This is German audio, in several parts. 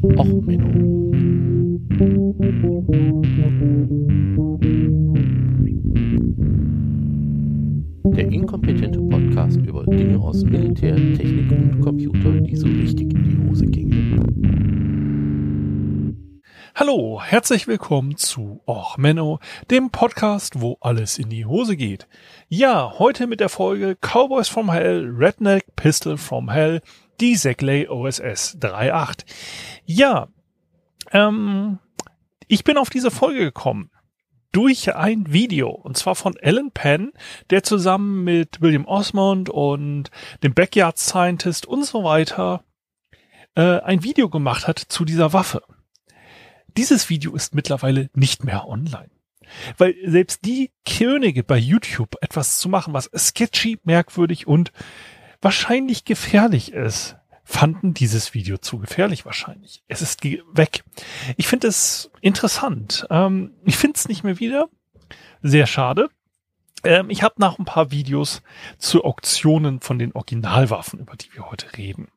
Och, Menno. Der inkompetente Podcast über Dinge aus Militär, Technik und Computer, die so richtig in die Hose gingen. Hallo, herzlich willkommen zu Och Menno, dem Podcast, wo alles in die Hose geht. Ja, heute mit der Folge Cowboys from Hell, Redneck Pistol from Hell, die Segley OSS 3.8. Ja, ich bin auf diese Folge gekommen durch ein Video, und zwar von Alan Penn, der zusammen mit William Osmond und dem Backyard Scientist und so weiter ein Video gemacht hat zu dieser Waffe. Dieses Video ist mittlerweile nicht mehr online, weil selbst die Könige bei YouTube etwas zu machen, was sketchy, merkwürdig und wahrscheinlich gefährlich ist, fanden dieses Video zu gefährlich wahrscheinlich. Es ist weg. Ich finde es interessant. Ich finde es nicht mehr wieder. Sehr schade. Ich habe nach ein paar Videos zu Auktionen von den Originalwaffen, über die wir heute reden.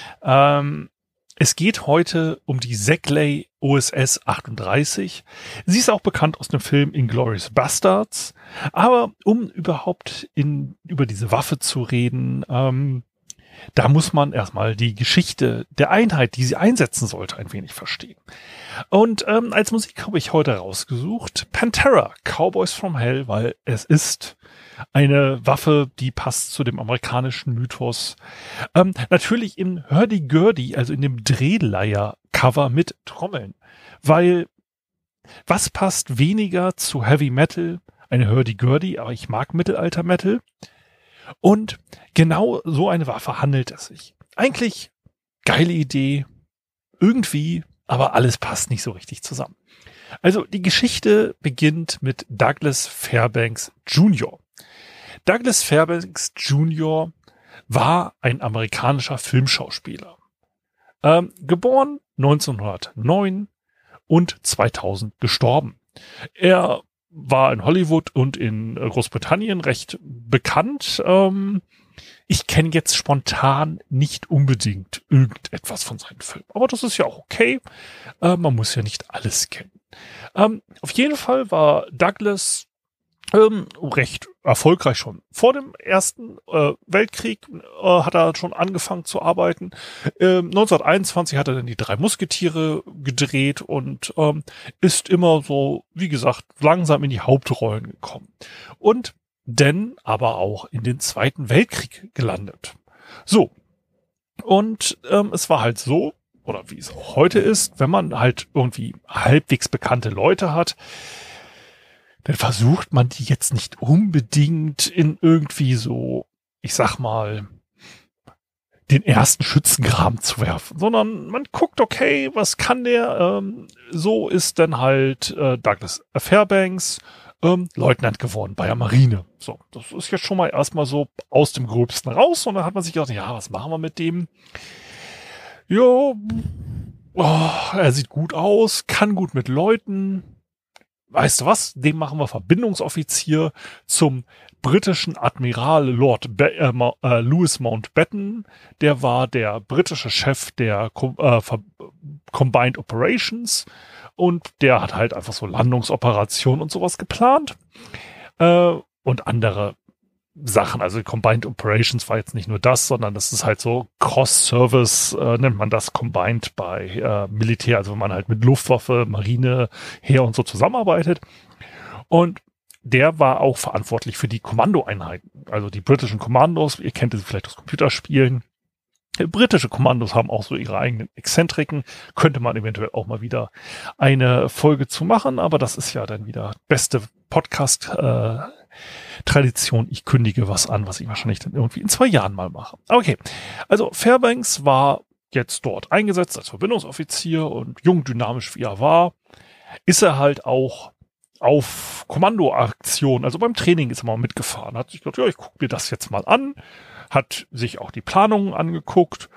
Es geht heute um die Segley OSS 38. Sie ist auch bekannt aus dem Film Inglourious Basterds. Aber um überhaupt über diese Waffe zu reden, da muss man erstmal die Geschichte der Einheit, die sie einsetzen sollte, ein wenig verstehen. Und als Musik habe ich heute rausgesucht Pantera, Cowboys from Hell, weil es ist eine Waffe, die passt zu dem amerikanischen Mythos. Natürlich im Hurdy-Gurdy, also in dem Drehleier-Cover mit Trommeln. Weil was passt weniger zu Heavy Metal? Eine Hurdy-Gurdy, aber ich mag Mittelalter-Metal. Und genau so eine Waffe handelt es sich. Eigentlich geile Idee, irgendwie, aber alles passt nicht so richtig zusammen. Also die Geschichte beginnt mit Douglas Fairbanks Jr. Douglas Fairbanks Jr. war ein amerikanischer Filmschauspieler. Geboren 1909 und 2000 gestorben. Er war in Hollywood und in Großbritannien recht bekannt. Ich kenne jetzt spontan nicht unbedingt irgendetwas von seinen Filmen. Aber das ist ja auch okay. Man muss ja nicht alles kennen. Auf jeden Fall war Douglas recht erfolgreich schon. Vor dem Ersten Weltkrieg hat er schon angefangen zu arbeiten. 1921 hat er dann die 3 Musketiere gedreht und ist immer so, wie gesagt, langsam in die Hauptrollen gekommen. Und dann aber auch in den Zweiten Weltkrieg gelandet. So. Und es war halt so, oder wie es auch heute ist, wenn man halt irgendwie halbwegs bekannte Leute hat, dann versucht man die jetzt nicht unbedingt in irgendwie so, ich sag mal, den ersten Schützengraben zu werfen, sondern man guckt, okay, was kann der? So ist dann halt Douglas Fairbanks Leutnant geworden bei der Marine. So, das ist jetzt schon mal erstmal so aus dem Gröbsten raus und dann hat man sich gedacht, ja, was machen wir mit dem? Ja, er sieht gut aus, kann gut mit Leuten. Weißt du was? Dem machen wir Verbindungsoffizier zum britischen Admiral Lord Louis Mountbatten. Der war der britische Chef der Combined Operations und der hat halt einfach so Landungsoperationen und sowas geplant und andere Sachen. Also Combined Operations war jetzt nicht nur das, sondern das ist halt so Cross-Service, nennt man das Combined bei Militär, also wenn man halt mit Luftwaffe, Marine, Heer und so zusammenarbeitet. Und der war auch verantwortlich für die Kommandoeinheiten, also die britischen Kommandos. Ihr kennt es vielleicht aus Computerspielen. Britische Kommandos haben auch so ihre eigenen Exzentriken. Könnte man eventuell auch mal wieder eine Folge zu machen, aber das ist ja dann wieder beste Podcast Tradition, ich kündige was an, was ich wahrscheinlich dann irgendwie in 2 Jahren mal mache. Okay, also Fairbanks war jetzt dort eingesetzt als Verbindungsoffizier und jung, dynamisch wie er war, ist er halt auch auf Kommandoaktion, also beim Training ist er mal mitgefahren, hat sich gedacht, ja, ich gucke mir das jetzt mal an, hat sich auch die Planungen angeguckt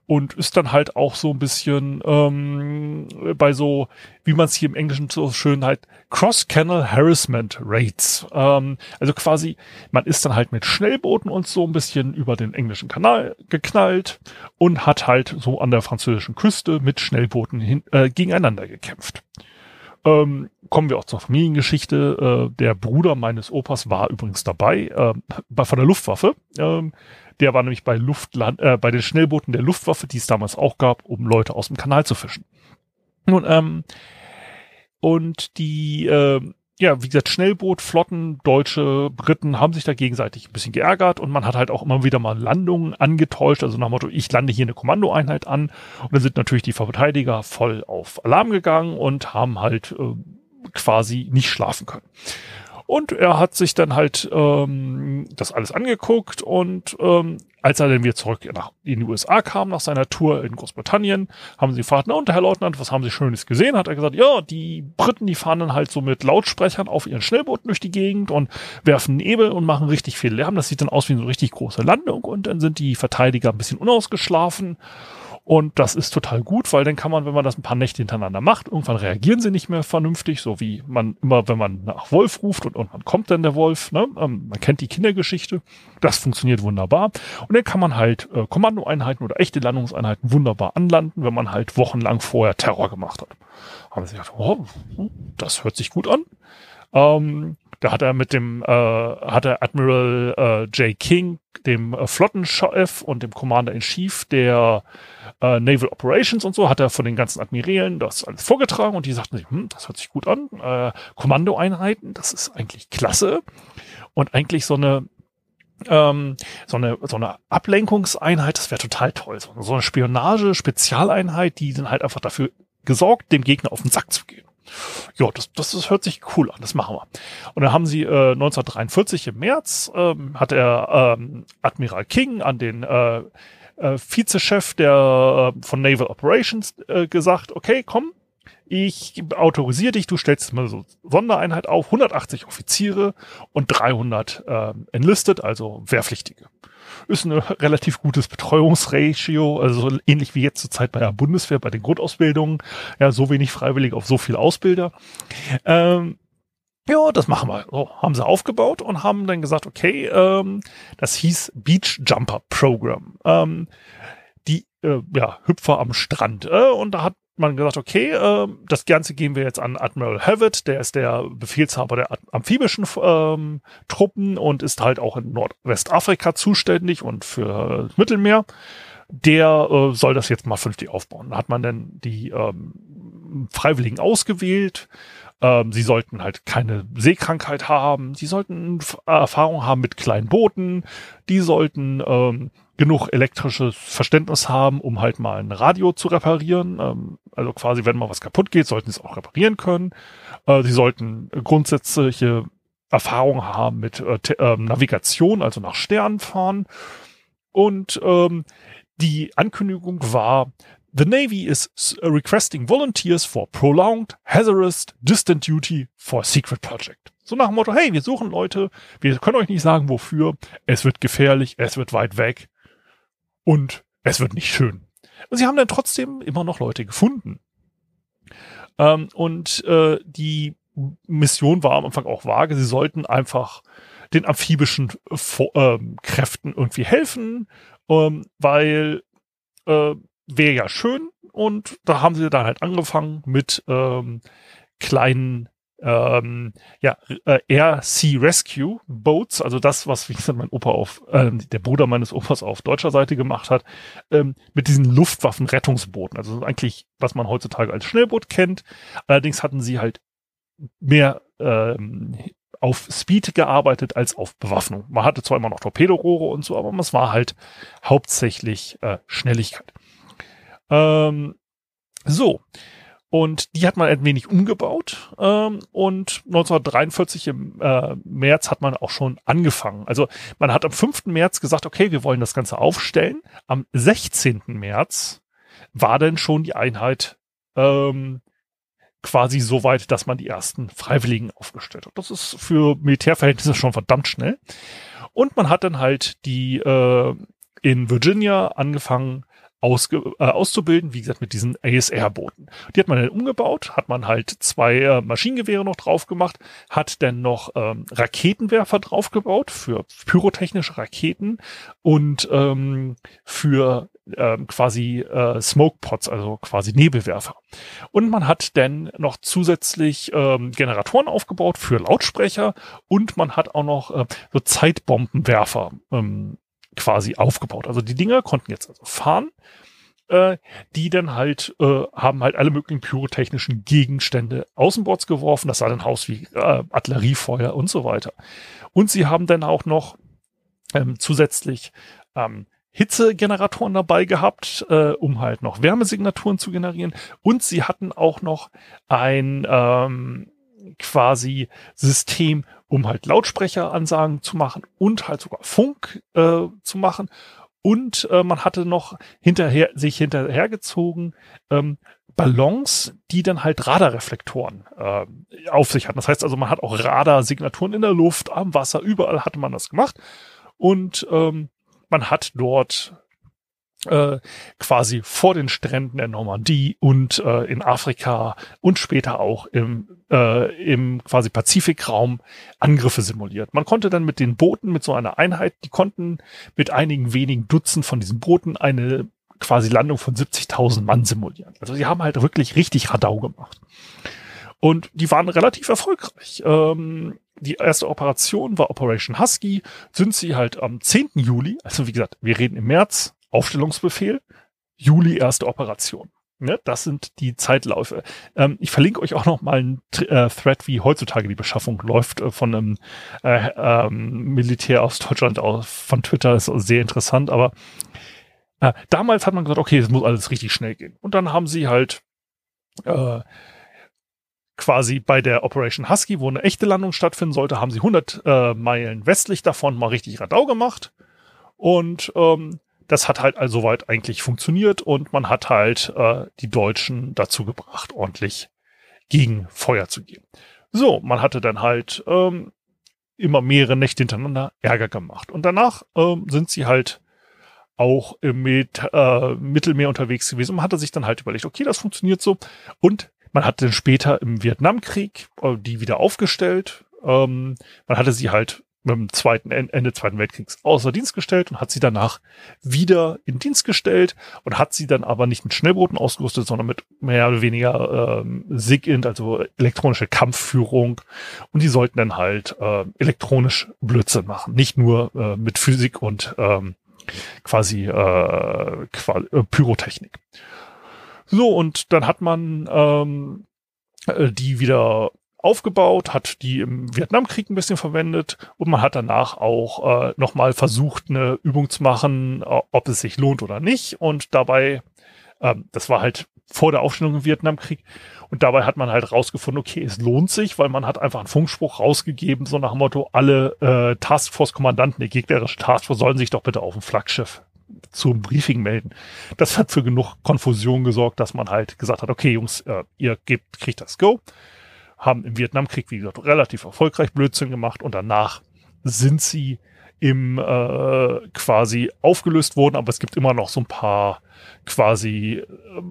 und ist dann halt auch so ein bisschen bei so, wie man es hier im Englischen so schön halt, Cross-Canal Harassment Raids. Also quasi, man ist dann halt mit Schnellbooten und so ein bisschen über den englischen Kanal geknallt und hat halt so an der französischen Küste mit Schnellbooten gegeneinander gekämpft. Kommen wir auch zur Familiengeschichte. Der Bruder meines Opas war übrigens dabei, von der Luftwaffe. Der war nämlich bei den Schnellbooten der Luftwaffe, die es damals auch gab, um Leute aus dem Kanal zu fischen. Nun, und die, wie gesagt, Schnellboot, Flotten, Deutsche, Briten haben sich da gegenseitig ein bisschen geärgert und man hat halt auch immer wieder mal Landungen angetäuscht, also nach dem Motto, ich lande hier eine Kommandoeinheit an und dann sind natürlich die Verteidiger voll auf Alarm gegangen und haben halt quasi nicht schlafen können. Und er hat sich dann halt das alles angeguckt und als er dann wieder zurück in die USA kam, nach seiner Tour in Großbritannien, haben sie gefragt, na und Herr Leutnant, was haben Sie Schönes gesehen? Hat er gesagt, ja, die Briten, die fahren dann halt so mit Lautsprechern auf ihren Schnellbooten durch die Gegend und werfen Nebel und machen richtig viel Lärm. Das sieht dann aus wie eine richtig große Landung und dann sind die Verteidiger ein bisschen unausgeschlafen. Und das ist total gut, weil dann kann man, wenn man das ein paar Nächte hintereinander macht, irgendwann reagieren sie nicht mehr vernünftig, so wie man immer, wenn man nach Wolf ruft und irgendwann kommt dann der Wolf, ne? Man kennt die Kindergeschichte. Das funktioniert wunderbar. Und dann kann man halt Kommandoeinheiten oder echte Landungseinheiten wunderbar anlanden, wenn man halt wochenlang vorher Terror gemacht hat. Haben sie gedacht, oh, das hört sich gut an. Da hat er mit dem Admiral J. King, dem Flottenchef und dem Commander-in-Chief der Naval Operations und so, hat er von den ganzen Admirälen das alles vorgetragen und die sagten sich, das hört sich gut an. Kommandoeinheiten, das ist eigentlich klasse. Und eigentlich so eine Ablenkungseinheit, das wäre total toll. So eine Spionage-Spezialeinheit, die dann halt einfach dafür gesorgt, dem Gegner auf den Sack zu gehen. Ja, das hört sich cool an, das machen wir. Und dann haben sie 1943 im März, hat er Admiral King an den Vizechef von Naval Operations gesagt, okay, komm, ich autorisiere dich, du stellst mal so Sondereinheit auf, 180 Offiziere und 300 enlisted, also Wehrpflichtige. Ist ein relativ gutes Betreuungsratio, also ähnlich wie jetzt zur Zeit bei der Bundeswehr, bei den Grundausbildungen. Ja, so wenig Freiwillige auf so viel Ausbilder. Ja, das machen wir. So, haben sie aufgebaut und haben dann gesagt, okay, das hieß Beach Jumper Program. Die Hüpfer am Strand. Und da hat man gesagt, okay, das Ganze geben wir jetzt an Admiral Havitt, der ist der Befehlshaber der amphibischen Truppen und ist halt auch in Nordwestafrika zuständig und für das Mittelmeer. Der soll das jetzt mal vernünftig aufbauen. Da hat man dann die Freiwilligen ausgewählt. Sie sollten halt keine Seekrankheit haben. Sie sollten Erfahrung haben mit kleinen Booten. Die sollten genug elektrisches Verständnis haben, um halt mal ein Radio zu reparieren. Also quasi, wenn mal was kaputt geht, sollten sie es auch reparieren können. Sie sollten grundsätzliche Erfahrung haben mit Navigation, also nach Sternen fahren. Und die Ankündigung war, The Navy is requesting volunteers for prolonged, hazardous, distant duty for a secret project. So nach dem Motto, hey, wir suchen Leute, wir können euch nicht sagen, wofür. Es wird gefährlich, es wird weit weg und es wird nicht schön. Und sie haben dann trotzdem immer noch Leute gefunden. Die Mission war am Anfang auch vage. Sie sollten einfach den amphibischen Kräften irgendwie helfen, weil wäre ja schön. Und da haben sie dann halt angefangen mit kleinen Air Sea Rescue Boats, also das, was wie gesagt mein Opa der Bruder meines Opas auf deutscher Seite gemacht hat, mit diesen Luftwaffenrettungsbooten, also eigentlich, was man heutzutage als Schnellboot kennt. Allerdings hatten sie halt mehr auf Speed gearbeitet als auf Bewaffnung. Man hatte zwar immer noch Torpedorohre und so, aber es war halt hauptsächlich Schnelligkeit. Und die hat man ein wenig umgebaut und 1943 im März hat man auch schon angefangen. Also man hat am 5. März gesagt, okay, wir wollen das Ganze aufstellen. Am 16. März war dann schon die Einheit quasi so weit, dass man die ersten Freiwilligen aufgestellt hat. Das ist für Militärverhältnisse schon verdammt schnell. Und man hat dann halt die in Virginia angefangen, auszubilden, wie gesagt, mit diesen ASR-Booten. Die hat man dann umgebaut, hat man halt 2 Maschinengewehre noch drauf gemacht, hat dann noch Raketenwerfer draufgebaut für pyrotechnische Raketen und für quasi Smokepots, also quasi Nebelwerfer. Und man hat dann noch zusätzlich Generatoren aufgebaut für Lautsprecher und man hat auch noch so Zeitbombenwerfer quasi aufgebaut. Also die Dinger konnten jetzt also fahren, die dann halt haben halt alle möglichen pyrotechnischen Gegenstände außenbords geworfen. Das sah dann aus wie Artilleriefeuer und so weiter. Und sie haben dann auch noch zusätzlich Hitzegeneratoren dabei gehabt, um halt noch Wärmesignaturen zu generieren. Und sie hatten auch noch ein quasi System, um halt Lautsprecheransagen zu machen und halt sogar Funk zu machen. Und man hatte noch sich hinterhergezogen Ballons, die dann halt Radarreflektoren auf sich hatten. Das heißt also, man hat auch Radarsignaturen in der Luft, am Wasser, überall hatte man das gemacht. Und man hat dort quasi vor den Stränden der Normandie und in Afrika und später auch im quasi Pazifikraum Angriffe simuliert. Man konnte dann mit den Booten, mit so einer Einheit, die konnten mit einigen wenigen Dutzend von diesen Booten eine quasi Landung von 70.000 Mann simulieren. Also sie haben halt wirklich richtig Radau gemacht. Und die waren relativ erfolgreich. Die erste Operation war Operation Husky, sind sie halt am 10. Juli, also wie gesagt, wir reden im März, Aufstellungsbefehl, Juli erste Operation. Ne, das sind die Zeitläufe. Ich verlinke euch auch noch mal einen Thread, wie heutzutage die Beschaffung läuft von einem Militär aus Deutschland, von Twitter, ist sehr interessant, aber damals hat man gesagt, okay, es muss alles richtig schnell gehen. Und dann haben sie halt quasi bei der Operation Husky, wo eine echte Landung stattfinden sollte, haben sie 100 Meilen westlich davon mal richtig Radau gemacht und das hat halt also soweit eigentlich funktioniert und man hat halt die Deutschen dazu gebracht, ordentlich gegen Feuer zu gehen. So, man hatte dann halt immer mehrere Nächte hintereinander Ärger gemacht. Und danach sind sie halt auch im Mittelmeer unterwegs gewesen und man hatte sich dann halt überlegt, okay, das funktioniert so. Und man hat dann später im Vietnamkrieg die wieder aufgestellt. Man hatte sie halt Ende Zweiten Weltkriegs außer Dienst gestellt und hat sie danach wieder in Dienst gestellt und hat sie dann aber nicht mit Schnellbooten ausgerüstet, sondern mit mehr oder weniger SIGINT, also elektronische Kampfführung. Und die sollten dann halt elektronisch Blödsinn machen, nicht nur mit Physik und quasi Pyrotechnik. So, und dann hat man die wieder aufgebaut, hat die im Vietnamkrieg ein bisschen verwendet und man hat danach auch nochmal versucht, eine Übung zu machen, ob es sich lohnt oder nicht. Und dabei, das war halt vor der Aufstellung im Vietnamkrieg, und dabei hat man halt rausgefunden, okay, es lohnt sich, weil man hat einfach einen Funkspruch rausgegeben, so nach dem Motto, alle Taskforce-Kommandanten der gegnerischen Taskforce sollen sich doch bitte auf dem Flaggschiff zum Briefing melden. Das hat für genug Konfusion gesorgt, dass man halt gesagt hat, okay, Jungs, ihr kriegt das Go. Haben im Vietnamkrieg, wie gesagt, relativ erfolgreich Blödsinn gemacht und danach sind sie quasi aufgelöst worden, aber es gibt immer noch so ein paar quasi,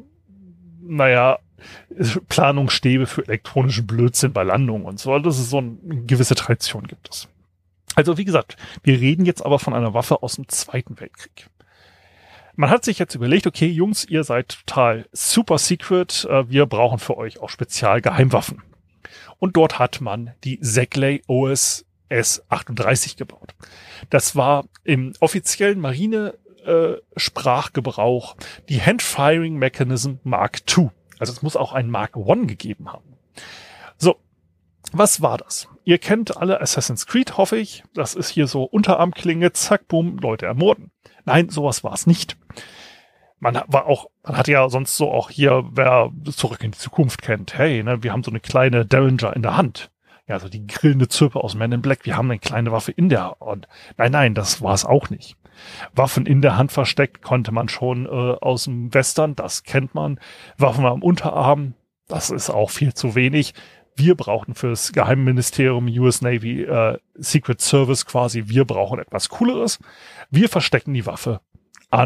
Planungsstäbe für elektronischen Blödsinn bei Landungen und so. Das ist so eine gewisse Tradition gibt es. Also wie gesagt, wir reden jetzt aber von einer Waffe aus dem Zweiten Weltkrieg. Man hat sich jetzt überlegt, okay, Jungs, ihr seid total super secret, wir brauchen für euch auch Spezialgeheimwaffen. Und dort hat man die Segley OS S-38 gebaut. Das war im offiziellen Marine-Sprachgebrauch die Hand-Firing Mechanism Mark II. Also es muss auch ein Mark I gegeben haben. So, was war das? Ihr kennt alle Assassin's Creed, hoffe ich. Das ist hier so Unterarmklinge, zack, bumm, Leute ermorden. Nein, sowas war es nicht. Man hat ja sonst so auch hier, wer Zurück in die Zukunft kennt, hey, ne, wir haben so eine kleine Derringer in der Hand. Ja, also die grillende Zirpe aus Men in Black, wir haben eine kleine Waffe in der Hand. Nein, das war es auch nicht. Waffen in der Hand versteckt konnte man schon aus dem Western, das kennt man. Waffen am Unterarm, das ist auch viel zu wenig. Wir brauchen fürs Geheimministerium, US Navy, Secret Service quasi, wir brauchen etwas Cooleres. Wir verstecken die Waffe an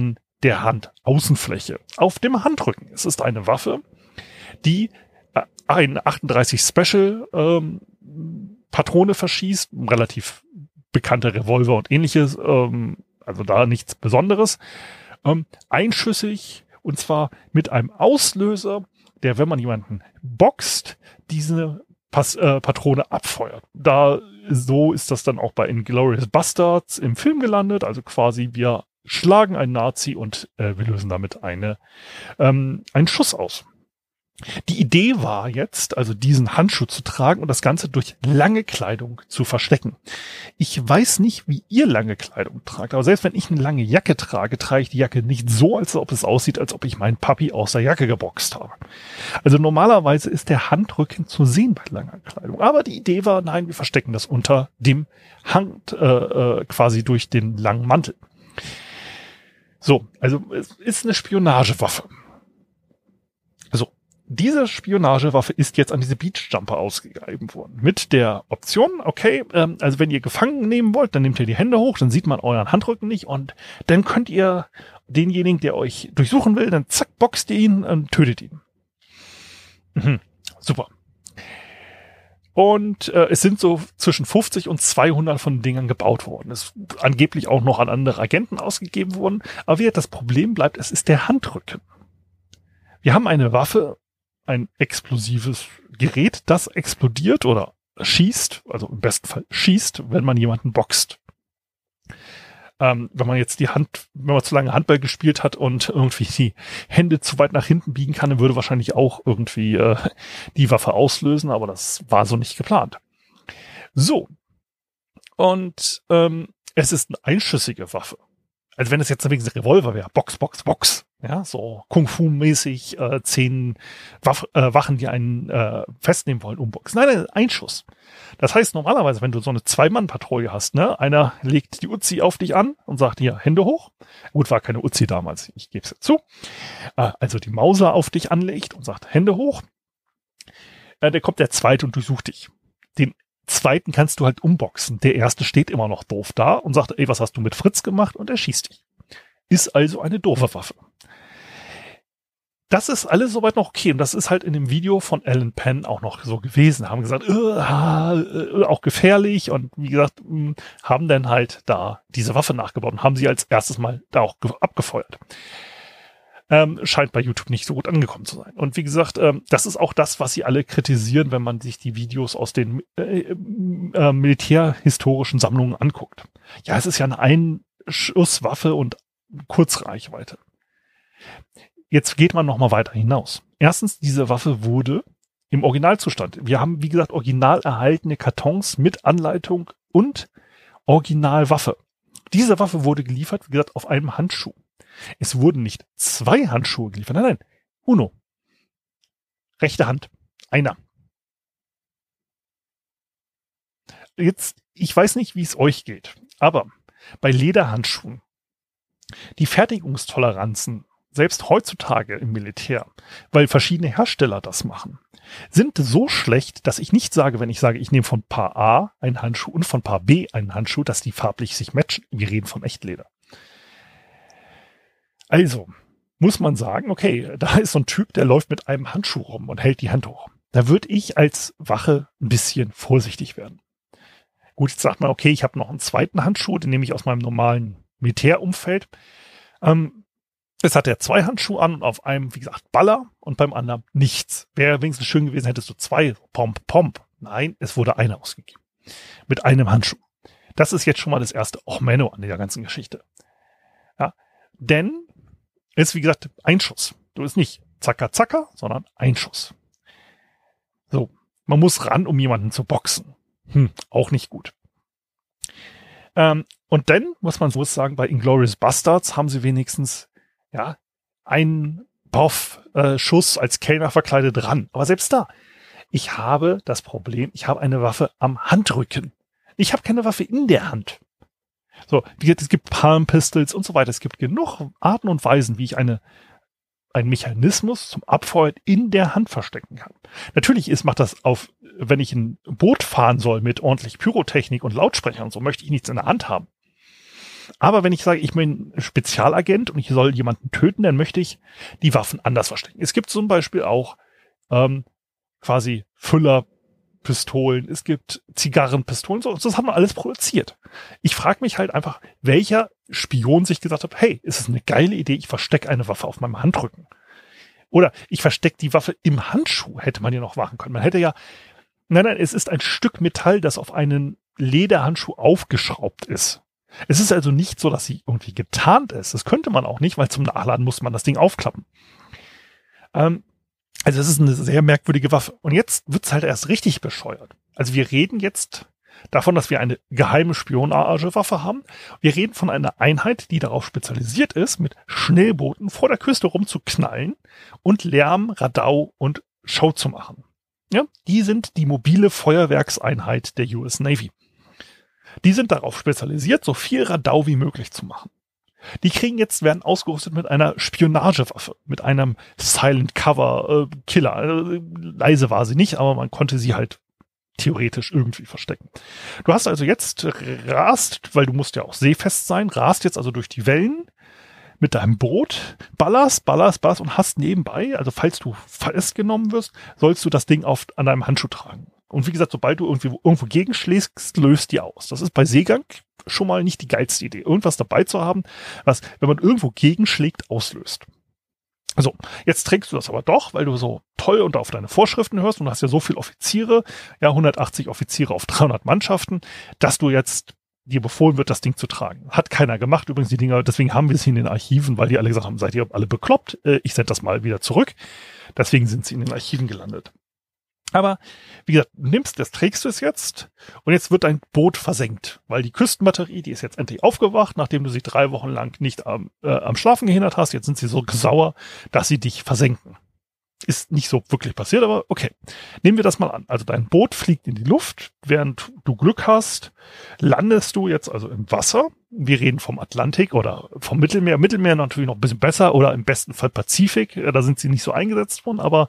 der Handaußenfläche, auf dem Handrücken. Es ist eine Waffe, die eine 38 Special Patrone verschießt, relativ bekannte Revolver und ähnliches, also da nichts Besonderes. Einschüssig, und zwar mit einem Auslöser, der, wenn man jemanden boxt, diese Patrone abfeuert. So ist das dann auch bei Inglourious Basterds im Film gelandet, also quasi wir schlagen einen Nazi und wir lösen damit einen Schuss aus. Die Idee war jetzt, also diesen Handschuh zu tragen und das Ganze durch lange Kleidung zu verstecken. Ich weiß nicht, wie ihr lange Kleidung tragt, aber selbst wenn ich eine lange Jacke trage, trage ich die Jacke nicht so, als ob es aussieht, als ob ich meinen Papi aus der Jacke geboxt habe. Also normalerweise ist der Handrücken zu sehen bei langer Kleidung. Aber die Idee war, nein, wir verstecken das unter dem quasi durch den langen Mantel. So, also es ist eine Spionagewaffe. Also diese Spionagewaffe ist jetzt an diese Beachjumper ausgegeben worden. Mit der Option, okay, also wenn ihr Gefangen nehmen wollt, dann nehmt ihr die Hände hoch, dann sieht man euren Handrücken nicht und dann könnt ihr denjenigen, der euch durchsuchen will, dann zack, boxt ihr ihn und tötet ihn. Super. Und es sind so zwischen 50 und 200 von den Dingern gebaut worden. Es ist angeblich auch noch an andere Agenten ausgegeben worden. Aber wie das Problem bleibt, es ist der Handrücken. Wir haben eine Waffe, ein explosives Gerät, das explodiert oder schießt, also im besten Fall schießt, wenn man jemanden boxt. Wenn man jetzt wenn man zu lange Handball gespielt hat und irgendwie die Hände zu weit nach hinten biegen kann, dann würde wahrscheinlich auch irgendwie die Waffe auslösen, aber das war so nicht geplant. So. Und es ist eine einschüssige Waffe. Also wenn es jetzt wegen der Revolver wäre, Box, Box, Box, ja, so Kung-Fu-mäßig 10 Wachen, die einen festnehmen wollen, umboxen. Nein, ein Schuss. Das heißt normalerweise, wenn du so eine 2-Mann-Patrouille hast, ne, einer legt die Uzi auf dich an und sagt, hier, Hände hoch. Gut, war keine Uzi damals, ich gebe es jetzt zu. Also die Mauser auf dich anlegt und sagt, Hände hoch. Dann kommt der Zweite und durchsucht dich. Den Zweiten kannst du halt umboxen. Der Erste steht immer noch doof da und sagt, ey, was hast du mit Fritz gemacht? Und er schießt dich. Ist also eine doofe Waffe. Das ist alles soweit noch okay. Und das ist halt in dem Video von Alan Penn auch noch so gewesen. Haben gesagt, auch gefährlich. Und wie gesagt, haben dann halt da diese Waffe nachgebaut und haben sie als erstes mal da auch abgefeuert. Scheint bei YouTube nicht so gut angekommen zu sein. Und wie gesagt, das ist auch das, was sie alle kritisieren, wenn man sich die Videos aus den militärhistorischen Sammlungen anguckt. Ja, es ist ja eine Einschusswaffe und Kurzreichweite. Jetzt geht man noch mal weiter hinaus. Erstens, diese Waffe wurde im Originalzustand. Wir haben, wie gesagt, original erhaltene Kartons mit Anleitung und Originalwaffe. Diese Waffe wurde geliefert, wie gesagt, auf einem Handschuh. Es wurden nicht 2 Handschuhe geliefert. Nein, uno. Rechte Hand. Einer. Jetzt, ich weiß nicht, wie es euch geht, aber bei Lederhandschuhen, die Fertigungstoleranzen, selbst heutzutage im Militär, weil verschiedene Hersteller das machen, sind so schlecht, dass ich nicht sage, wenn ich sage, ich nehme von Paar A einen Handschuh und von Paar B einen Handschuh, dass die farblich sich matchen. Wir reden vom Echtleder. Also muss man sagen, okay, da ist so ein Typ, der läuft mit einem Handschuh rum und hält die Hand hoch. Da würde ich als Wache ein bisschen vorsichtig werden. Gut, jetzt sagt man, okay, ich habe noch einen zweiten Handschuh, den nehme ich aus meinem normalen Militärumfeld. Jetzt hat er 2 Handschuhe an und auf einem, wie gesagt, Baller und beim anderen nichts. Wäre wenigstens schön gewesen, hättest du 2, Pomp. Nein, es wurde einer ausgegeben. Mit einem Handschuh. Das ist jetzt schon mal das erste Menno an der ganzen Geschichte. Ja, denn es ist, wie gesagt, ein Schuss. Du bist nicht zacker, zacker, sondern ein Schuss. So, man muss ran, um jemanden zu boxen. Auch nicht gut. Und dann, muss man so sagen, bei Inglourious Basterds haben sie wenigstens einen Schuss als Kellner verkleidet dran. Aber selbst da, ich habe das Problem, ich habe eine Waffe am Handrücken. Ich habe keine Waffe in der Hand. So, es gibt Palm Pistols und so weiter. Es gibt genug Arten und Weisen, wie ich einen Mechanismus zum Abfeuern in der Hand verstecken kann. Natürlich macht das wenn ich ein Boot fahren soll mit ordentlich Pyrotechnik und Lautsprechern und so, möchte ich nichts in der Hand haben. Aber wenn ich sage, ich bin Spezialagent und ich soll jemanden töten, dann möchte ich die Waffen anders verstecken. Es gibt zum Beispiel auch quasi Füllerpistolen, es gibt Zigarrenpistolen, so, das haben wir alles produziert. Ich frage mich halt einfach, welcher Spion sich gesagt hat, hey, ist es eine geile Idee, ich verstecke eine Waffe auf meinem Handrücken. Oder ich verstecke die Waffe im Handschuh, hätte man ja noch machen können. Man hätte ja, nein, es ist ein Stück Metall, das auf einen Lederhandschuh aufgeschraubt ist. Es ist also nicht so, dass sie irgendwie getarnt ist. Das könnte man auch nicht, weil zum Nachladen muss man das Ding aufklappen. Also es ist eine sehr merkwürdige Waffe. Und jetzt wird's halt erst richtig bescheuert. Also wir reden jetzt davon, dass wir eine geheime Spionagewaffe haben. Wir reden von einer Einheit, die darauf spezialisiert ist, mit Schnellbooten vor der Küste rumzuknallen und Lärm, Radau und Show zu machen. Ja, die sind die mobile Feuerwerkseinheit der US Navy. Die sind darauf spezialisiert, so viel Radau wie möglich zu machen. Die werden ausgerüstet mit einer Spionagewaffe, mit einem Silent Cover Killer. Leise war sie nicht, aber man konnte sie halt theoretisch irgendwie verstecken. Du hast also jetzt weil du musst ja auch seefest sein, rast jetzt also durch die Wellen mit deinem Boot, ballerst und hast nebenbei, also falls du festgenommen wirst, sollst du das Ding an deinem Handschuh tragen. Und wie gesagt, sobald du irgendwo gegenschlägst, löst die aus. Das ist bei Seegang schon mal nicht die geilste Idee, irgendwas dabei zu haben, was, wenn man irgendwo gegenschlägt, auslöst. Also, jetzt trägst du das aber doch, weil du so toll und auf deine Vorschriften hörst und du hast ja so viele Offiziere, ja 180 Offiziere auf 300 Mannschaften, dass du jetzt dir befohlen wird, das Ding zu tragen. Hat keiner gemacht, übrigens die Dinger, deswegen haben wir sie in den Archiven, weil die alle gesagt haben, seid ihr alle bekloppt, ich sende das mal wieder zurück. Deswegen sind sie in den Archiven gelandet. Aber, wie gesagt, trägst du es jetzt und jetzt wird dein Boot versenkt, weil die Küstenbatterie, die ist jetzt endlich aufgewacht, nachdem du sie 3 Wochen lang nicht am Schlafen gehindert hast. Jetzt sind sie so sauer, dass sie dich versenken. Ist nicht so wirklich passiert, aber okay. Nehmen wir das mal an. Also dein Boot fliegt in die Luft, während du Glück hast, landest du jetzt also im Wasser. Wir reden vom Atlantik oder vom Mittelmeer. Mittelmeer natürlich noch ein bisschen besser oder im besten Fall Pazifik. Da sind sie nicht so eingesetzt worden, aber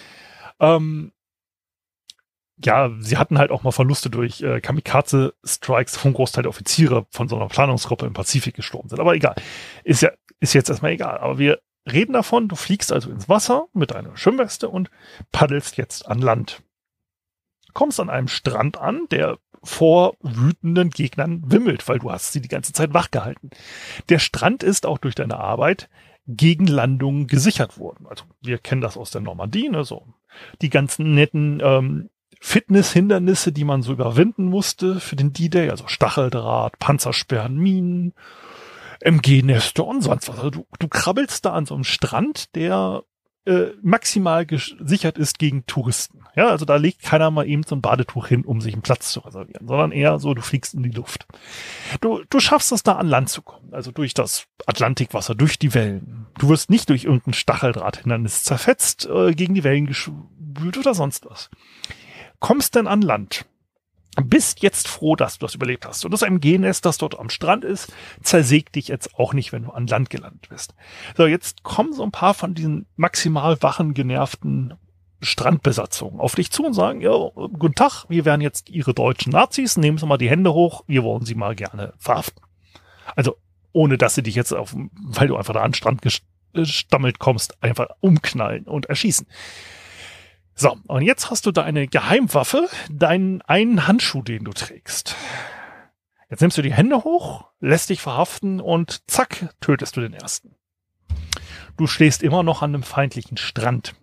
ja, sie hatten halt auch mal Verluste durch Kamikaze-Strikes vom Großteil der Offiziere von so einer Planungsgruppe im Pazifik gestorben sind. Aber egal. Ist jetzt erstmal egal. Aber wir reden davon, du fliegst also ins Wasser mit deiner Schwimmweste und paddelst jetzt an Land. Kommst an einem Strand an, der vor wütenden Gegnern wimmelt, weil du hast sie die ganze Zeit wach gehalten. Der Strand ist auch durch deine Arbeit gegen Landungen gesichert worden. Also wir kennen das aus der Normandie, ne, so die ganzen netten Fitnesshindernisse, die man so überwinden musste für den D-Day, also Stacheldraht, Panzersperren, Minen, MG-Nester und sonst was. Also du krabbelst da an so einem Strand, der maximal gesichert ist gegen Touristen. Ja, also da legt keiner mal eben so ein Badetuch hin, um sich einen Platz zu reservieren, sondern eher so, du fliegst in die Luft. Du schaffst es da an Land zu kommen, also durch das Atlantikwasser, durch die Wellen. Du wirst nicht durch irgendein Stacheldrahthindernis zerfetzt, gegen die Wellen gespült oder sonst was. Kommst denn an Land? Bist jetzt froh, dass du das überlebt hast. Und das MG-Nest, das dort am Strand ist, zersägt dich jetzt auch nicht, wenn du an Land gelandet bist. So, jetzt kommen so ein paar von diesen maximal wachen, genervten Strandbesatzungen auf dich zu und sagen, ja, guten Tag, wir wären jetzt Ihre deutschen Nazis, nehmen Sie mal die Hände hoch, wir wollen Sie mal gerne verhaften. Also, ohne dass sie dich jetzt weil du einfach da an den Strand gestammelt kommst, einfach umknallen und erschießen. So, und jetzt hast du deine Geheimwaffe, deinen einen Handschuh, den du trägst. Jetzt nimmst du die Hände hoch, lässt dich verhaften und zack, tötest du den ersten. Du stehst immer noch an einem feindlichen Strand.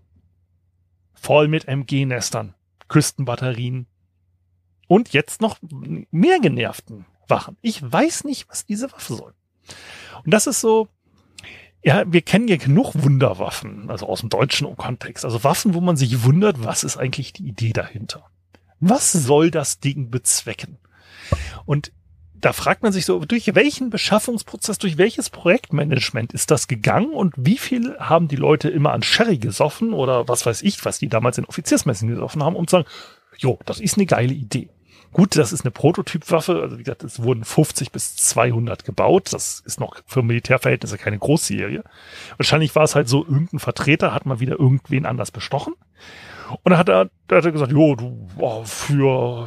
Voll mit MG-Nestern, Küstenbatterien und jetzt noch mehr genervten Wachen. Ich weiß nicht, was diese Waffe soll. Und das ist so, ja, wir kennen ja genug Wunderwaffen, also aus dem deutschen Kontext. Also Waffen, wo man sich wundert, was ist eigentlich die Idee dahinter? Was soll das Ding bezwecken? Und da fragt man sich so, durch welchen Beschaffungsprozess, durch welches Projektmanagement ist das gegangen und wie viel haben die Leute immer an Sherry gesoffen oder was weiß ich, was die damals in Offiziersmessen gesoffen haben, um zu sagen, jo, das ist eine geile Idee. Gut, das ist eine Prototypwaffe, also wie gesagt, es wurden 50 bis 200 gebaut, das ist noch für Militärverhältnisse keine Großserie. Wahrscheinlich war es halt so, irgendein Vertreter hat mal wieder irgendwen anders bestochen und dann hat er gesagt, jo, für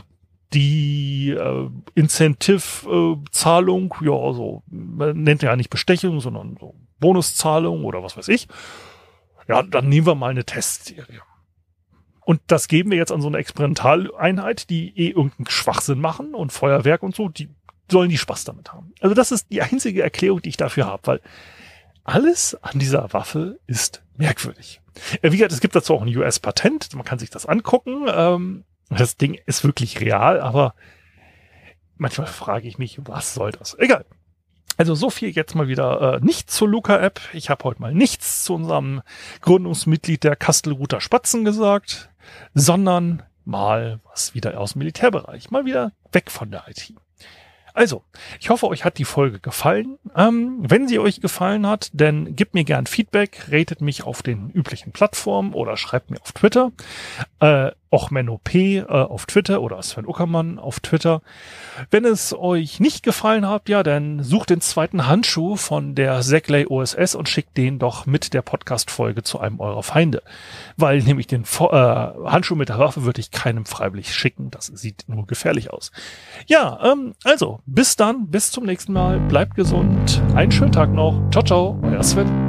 die Incentive-Zahlung, ja, so, man nennt ja nicht Bestechung, sondern so Bonuszahlung oder was weiß ich. Ja, dann nehmen wir mal eine Testserie. Und das geben wir jetzt an so eine Experimentaleinheit, die irgendeinen Schwachsinn machen und Feuerwerk und so, die sollen die Spaß damit haben. Also das ist die einzige Erklärung, die ich dafür habe, weil alles an dieser Waffe ist merkwürdig. Wie gesagt, es gibt dazu auch ein US-Patent, man kann sich das angucken. Das Ding ist wirklich real, aber manchmal frage ich mich, was soll das? Egal. Also so viel jetzt mal wieder nicht zur Luca-App. Ich habe heute mal nichts zu unserem Gründungsmitglied der Kastelruther Spatzen gesagt, sondern mal was wieder aus dem Militärbereich. Mal wieder weg von der IT. Also, ich hoffe, euch hat die Folge gefallen. Wenn sie euch gefallen hat, dann gebt mir gern Feedback, ratet mich auf den üblichen Plattformen oder schreibt mir auf Twitter. OchMenOP auf Twitter oder Sven Uckermann auf Twitter. Wenn es euch nicht gefallen hat, ja, dann sucht den zweiten Handschuh von der Segley OSS und schickt den doch mit der Podcast-Folge zu einem eurer Feinde. Weil nämlich den Handschuh mit der Waffe würde ich keinem freiwillig schicken. Das sieht nur gefährlich aus. Ja, also, bis dann, bis zum nächsten Mal. Bleibt gesund. Einen schönen Tag noch. Ciao, ciao, euer Sven.